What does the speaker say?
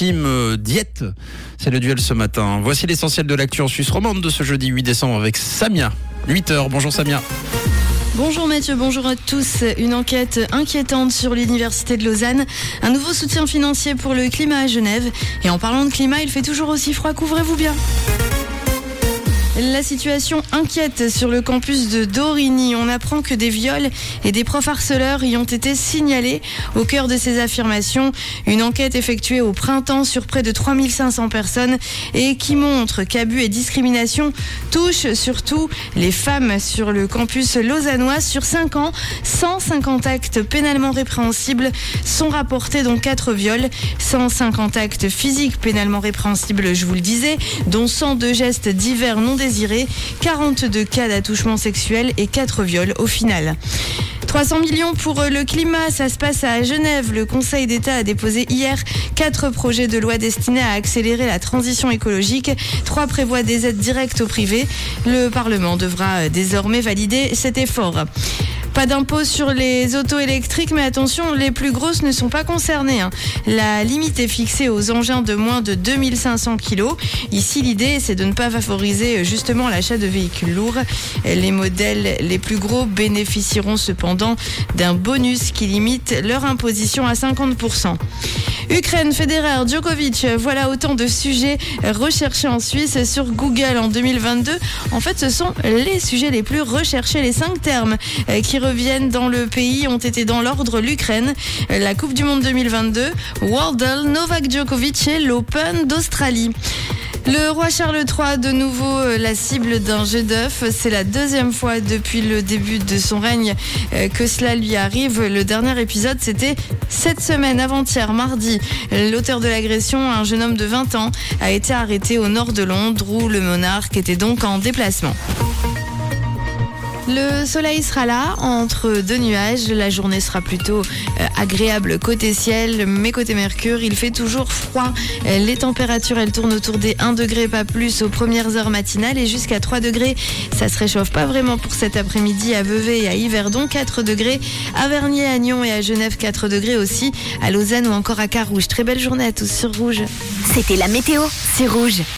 team diète. C'est le duel ce matin. Voici l'essentiel de l'actu en Suisse romande de ce jeudi 8 décembre avec Samia. 8h. Bonjour Samia. Bonjour Mathieu, bonjour à tous. Une enquête inquiétante sur l'Université de Lausanne. Un nouveau soutien financier pour le climat à Genève. Et en parlant de climat, il fait toujours aussi froid, couvrez-vous bien. La situation inquiète sur le campus de Dorigny. On apprend que des viols et des profs harceleurs y ont été signalés. Au cœur de ces affirmations, une enquête effectuée au printemps sur près de 3500 personnes et qui montre qu'abus et discrimination touchent surtout les femmes sur le campus lausannois. Sur 5 ans, 150 actes pénalement répréhensibles sont rapportés, dont 4 viols, 150 actes physiques pénalement répréhensibles, je vous le disais, dont 102 gestes divers non désirés, 42 cas d'attouchement sexuel et 4 viols au final. 300 millions pour le climat, ça se passe à Genève. Le Conseil d'État a déposé hier 4 projets de loi destinés à accélérer la transition écologique. 3 prévoient des aides directes au privé. Le Parlement devra désormais valider cet effort. Pas d'impôt sur les autos électriques, mais attention, les plus grosses ne sont pas concernées. La limite est fixée aux engins de moins de 2500 kg. Ici, l'idée, c'est de ne pas favoriser justement l'achat de véhicules lourds. Les modèles les plus gros bénéficieront cependant d'un bonus qui limite leur imposition à 50%. Ukraine, Federer, Djokovic, voilà autant de sujets recherchés en Suisse sur Google en 2022. En fait, ce sont les sujets les plus recherchés. Les 5 termes qui reviennent dans le pays ont été dans l'ordre: l'Ukraine, la Coupe du Monde 2022, Wordle, Novak Djokovic et l'Open d'Australie. Le roi Charles III, de nouveau la cible d'un jet d'œuf. C'est la 2e fois depuis le début de son règne que cela lui arrive. Le dernier épisode, c'était cette semaine, avant-hier, mardi. L'auteur de l'agression, un jeune homme de 20 ans, a été arrêté au nord de Londres, où le monarque était donc en déplacement. Le soleil sera là, entre 2 nuages. La journée sera plutôt agréable côté ciel, mais côté Mercure, il fait toujours froid. Les températures, elles tournent autour des 1 degré, pas plus, aux premières heures matinales, et jusqu'à 3 degrés. Ça se réchauffe pas vraiment pour cet après-midi à Vevey et à Yverdon, 4 degrés. À Vernier, à Nyon et à Genève, 4 degrés aussi. À Lausanne ou encore à Carouge. Très belle journée à tous sur Rouge. C'était la météo, c'est Rouge.